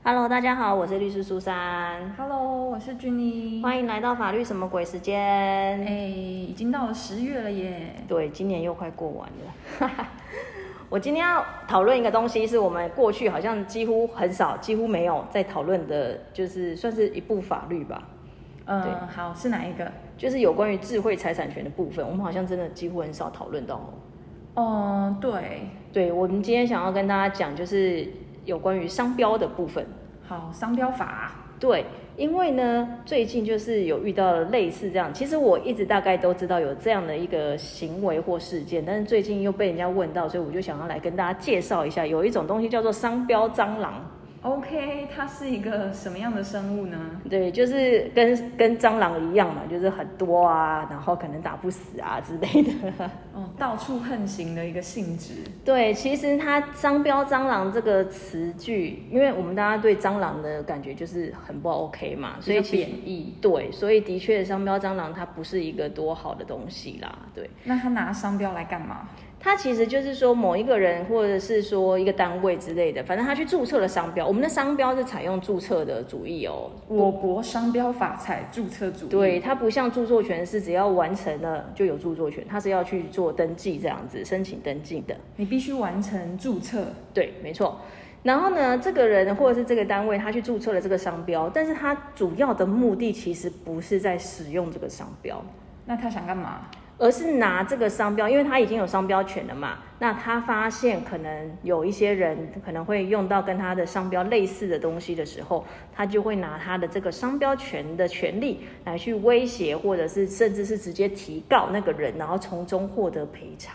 Hello，大家好，我是律师苏珊。 Hello，我是君妮。 欢迎来到法律什么鬼时间。 已经到了10月了耶。 对，今年又快过完了。我今天要讨论一个东西，是我们过去好像几乎很少、几乎没有在讨论的，就是算是一部法律吧。 好，是哪一个？ 就是有关于智慧财产权的部分，我们好像真的几乎很少讨论到。对，我们今天想要跟大家讲，就是有关于商标的部分。 好，商标法。 对，因为呢，最近就是有遇到了类似这样，其实我一直大概都知道有这样的一个行为或事件，但是最近又被人家问到，所以我就想要来跟大家介绍一下，有一种东西叫做商标蟑螂。 OK， 它是一个什么样的生物呢？ 对，就是跟蟑螂一样嘛，就是很多啊，然后可能打不死啊之类的。 到处横行的一个性质。 对，其实它商标蟑螂这个词句，因为我们大家对蟑螂的感觉就是很不 OK 嘛，所以贬义。 对，所以的确商标蟑螂它不是一个多好的东西啦。对， 那他拿商标来干嘛？ 它其实就是说某一个人或者是说一个单位之类的，反正他去注册了商标。我们的商标是采用注册的主义哦。 我国商标法采注册主义。 对，它不像著作权是只要完成了就有著作权，它是要去做登记这样子，申请登记的。 你必须完成注册。 对，没错。然后呢，这个人或者是这个单位，他去注册了这个商标，但是他主要的目的其实不是在使用这个商标。 那他想干嘛？ 而是拿这个商标，因为他已经有商标权了嘛，那他发现可能有一些人可能会用到跟他的商标类似的东西的时候，他就会拿他的这个商标权的权利来去威胁，或者是甚至是直接提告那个人，然后从中获得赔偿。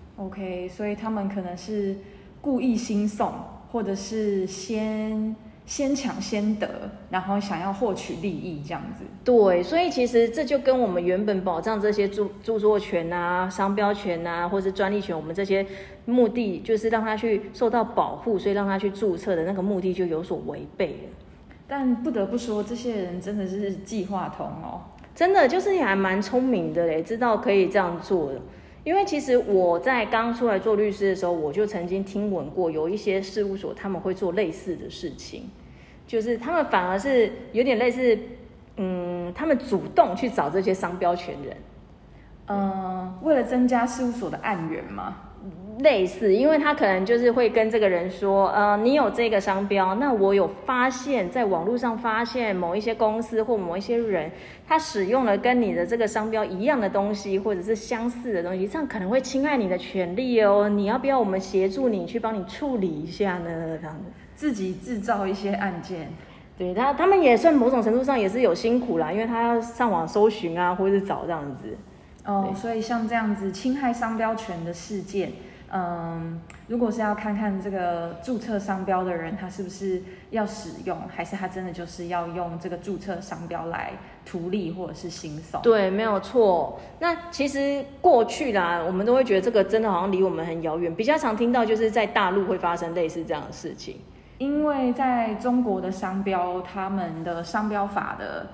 OK， 所以他们可能是故意兴讼，或者是先抢先得，然后想要获取利益这样子。 对，所以其实这就跟我们原本保障这些著作权啊、商标权啊，或是专利权，我们这些目的就是让他去受到保护，所以让他去注册的那个目的就有所违背了。 但不得不说，这些人真的是计划通哦， 真的就是也还蛮聪明的嘞，知道可以这样做的。因为其实我在刚出来做律师的时候，我就曾经听闻过有一些事务所他们会做类似的事情，就是他们反而是有点类似，他们主动去找这些商标权人， 为了增加事务所的案源嘛。 类似，因为他可能就是会跟这个人说，你有这个商标，那我有发现，在网络上发现某一些公司或某一些人，他使用了跟你的这个商标一样的东西，或者是相似的东西，这样可能会侵害你的权利哦。你要不要我们协助你去帮你处理一下呢？这样子， 自己制造一些案件。 对，他们也算某种程度上也是有辛苦啦，因为他要上网搜寻啊，或者是找这样子。 所以像这样子侵害商标权的事件，如果是要看看这个注册商标的人，他是不是要使用，还是他真的就是要用这个注册商标来图利或者是兴讼？对， 没有错。那其实过去啦，我们都会觉得这个真的好像离我们很遥远，比较常听到就是在大陆会发生类似这样的事情。 因为在中国的商标，他们的商标法的，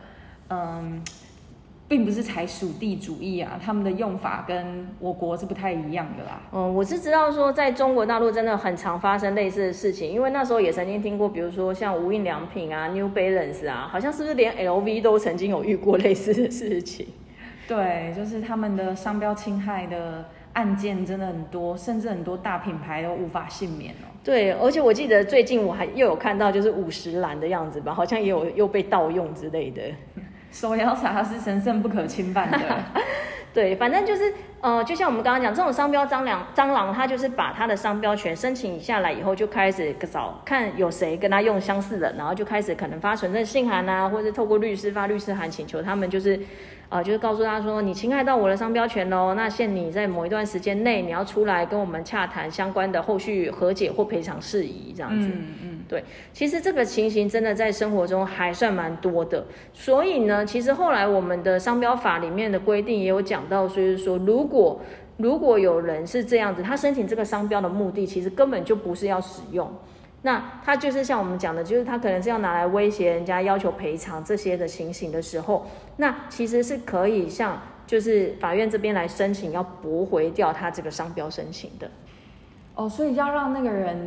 并不是采属地主义啊，他们的用法跟我国是不太一样的啦。 我是知道说在中国大陆真的很常发生类似的事情，因为那时候也曾经听过，比如说像无印良品啊、New Balance 啊，好像是不是连 LV 都曾经有遇过类似的事情？ 对，就是他们的商标侵害的案件真的很多，甚至很多大品牌都无法幸免哦。 对，而且我记得最近我还又有看到就是50岚的样子吧，好像也有又被盗用之类的。 手摇茶是神圣不可侵犯的。 对，反正就是就像我们刚刚讲，这种商标蟑螂，它就是把它的商标权申请下来以后，就开始找看有谁跟他用相似的，然后就开始可能发存证信函啊，或者透过律师发律师函请求他们，就是告诉他说你侵害到我的商标权咯，那限你在某一段时间内你要出来跟我们洽谈相关的后续和解或赔偿事宜这样子。对，其实这个情形真的在生活中还算蛮多的，所以呢，其实后来我们的商标法里面的规定也有讲到，所以说如果有人是这样子，他申请这个商标的目的其实根本就不是要使用，那他就是像我们讲的，就是他可能是要拿来威胁人家、要求赔偿这些的情形的时候，那其实是可以向就是法院这边来申请要驳回掉他这个商标申请的。 所以要让那个人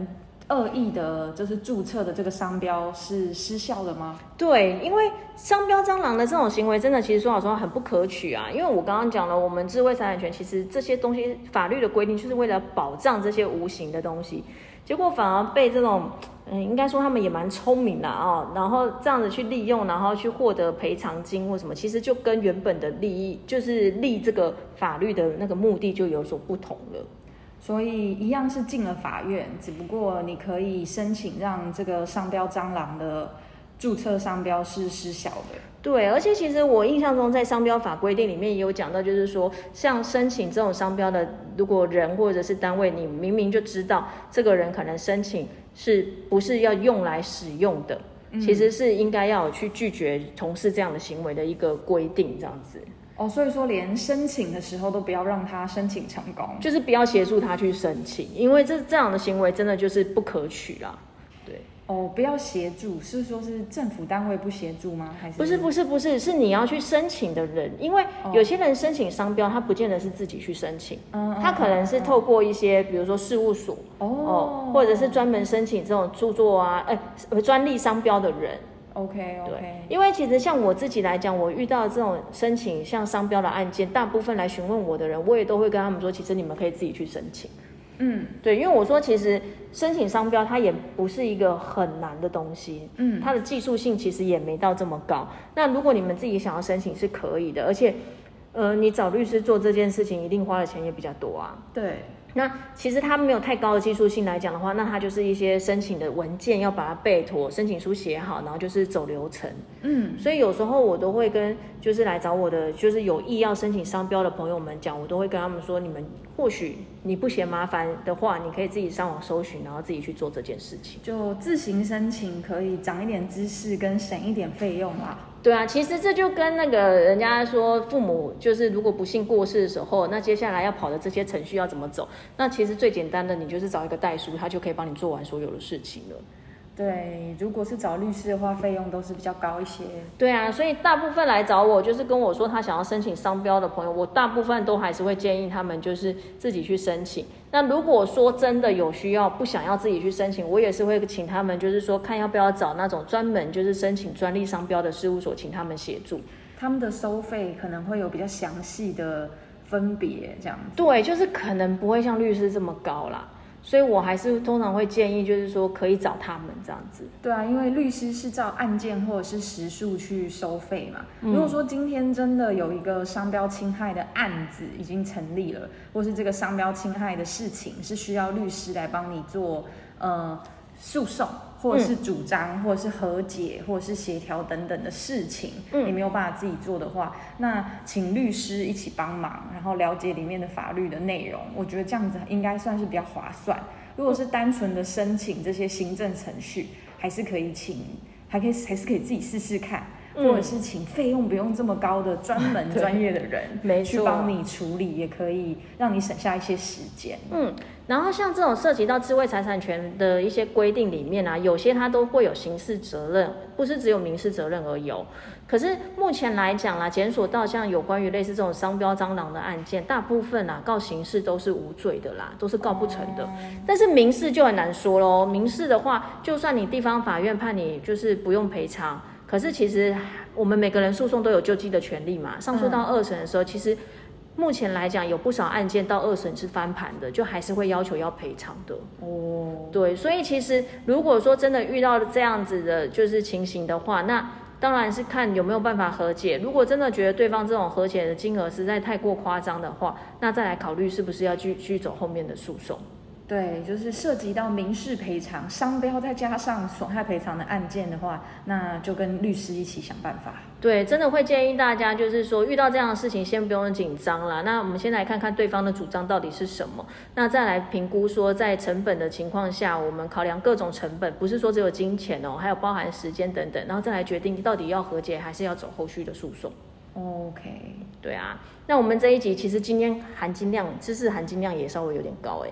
恶意的，就是注册的这个商标是失效的吗？ 对，因为商标蟑螂的这种行为，真的其实说老实话很不可取啊。因为我刚刚讲了，我们智慧财产权其实这些东西法律的规定就是为了保障这些无形的东西，结果反而被这种应该说他们也蛮聪明的哦，然后这样子去利用，然后去获得赔偿金或什么，其实就跟原本的利益就是立这个法律的那个目的就有所不同了。 所以一样是进了法院，只不过你可以申请让这个商标蟑螂的注册商标是失效的。 对，而且其实我印象中在商标法规定里面也有讲到，就是说像申请这种商标的，如果人或者是单位，你明明就知道这个人可能申请是不是要用来使用的，其实是应该要有去拒绝从事这样的行为的一个规定，这样子。 哦，所以说连申请的时候都不要让他申请成功， 就是不要协助他去申请，因为这样的行为真的就是不可取啦。对。 哦，不要协助，是说是政府单位不协助吗？还是不是，是你要去申请的人，因为有些人申请商标，他不见得是自己去申请，他可能是透过一些，比如说事务所或者是专门申请这种著作啊，专利商标的人。 OK， 对，因为其实像我自己来讲，我遇到这种申请像商标的案件，大部分来询问我的人，我也都会跟他们说，其实你们可以自己去申请。对，因为我说其实申请商标它也不是一个很难的东西，它的技术性其实也没到这么高。那如果你们自己想要申请是可以的，而且你找律师做这件事情，一定花的钱也比较多啊。 对。 那其实它没有太高的技术性来讲的话，那它就是一些申请的文件要把它备妥，申请书写好，然后就是走流程。所以有时候我都会跟就是来找我的就是有意要申请商标的朋友们讲，我都会跟他们说，你们或许你不嫌麻烦的话，你可以自己上网搜寻，然后自己去做这件事情， 就自行申请，可以长一点知识跟省一点费用啦。 对啊，其实这就跟那个人家说，父母就是如果不幸过世的时候，那接下来要跑的这些程序要怎么走？那其实最简单的，你就是找一个代书，他就可以帮你做完所有的事情了。 对，如果是找律师的话，费用都是比较高一些。 对啊，所以大部分来找我，就是跟我说他想要申请商标的朋友，我大部分都还是会建议他们就是自己去申请。那如果说真的有需要，不想要自己去申请，我也是会请他们，就是说看要不要找那种专门就是申请专利商标的事务所，请他们协助。 他们的收费可能会有比较详细的分别，这样子。 对，就是可能不会像律师这么高啦。所以我还是通常会建议，就是说可以找他们这样子。 对啊，因为律师是照案件或者是时数去收费嘛。如果说今天真的有一个商标侵害的案子已经成立了，或是这个商标侵害的事情是需要律师来帮你做诉讼，或者是主张，或者是和解，或者是协调等等的事情，你没有办法自己做的话，那请律师一起帮忙，然后了解里面的法律的内容，我觉得这样子应该算是比较划算。如果是单纯的申请这些行政程序，还是可以还是可以自己试试看，或者是请费用不用这么高的专门专业的人去帮你处理，也可以让你省下一些时间。 然后像这种涉及到智慧财产权的一些规定里面啊，有些它都会有刑事责任，不是只有民事责任而已。可是目前来讲啦，检索到像有关于类似这种商标蟑螂的案件，大部分啊告刑事都是无罪的啦，都是告不成的。但是民事就很难说咯，民事的话，就算你地方法院判你就是不用赔偿，可是其实我们每个人诉讼都有救济的权利嘛。上诉到二审的时候，其实目前来讲有不少案件到二审是翻盘的，就还是会要求要赔偿的。对，所以其实如果说真的遇到这样子的就是情形的话，那当然是看有没有办法和解。如果真的觉得对方这种和解的金额实在太过夸张的话，那再来考虑是不是要继续走后面的诉讼。 对，就是涉及到民事赔偿、商标再加上损害赔偿的案件的话，那就跟律师一起想办法。 对，真的会建议大家，就是说遇到这样的事情，先不用紧张啦。那我们先来看看对方的主张到底是什么，那再来评估说，在成本的情况下，我们考量各种成本，不是说只有金钱哦，还有包含时间等等，然后再来决定到底要和解还是要走后续的诉讼。 OK， 对啊。那我们这一集其实今天知识含金量也稍微有点高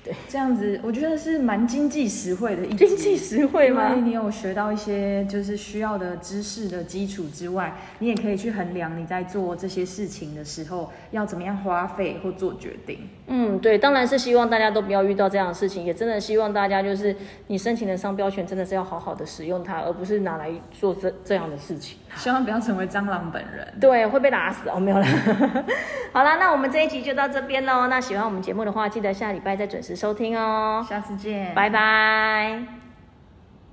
对， 这样子我觉得是蛮经济实惠的一集。 经济实惠吗？ 因为你有学到一些就是需要的知识的基础之外，你也可以去衡量你在做这些事情的时候要怎么样花费或做决定。 对，当然是希望大家都不要遇到这样的事情，也真的希望大家就是你申请的商标权真的是要好好的使用它，而不是拿来做这样的事情。 希望不要成为蟑螂本人。 对，会被打死哦，没有啦。好啦，那我们这一集就到这边喽。那喜欢我们节目的话，记得下礼拜再准时收听哦。 下次见， 拜拜。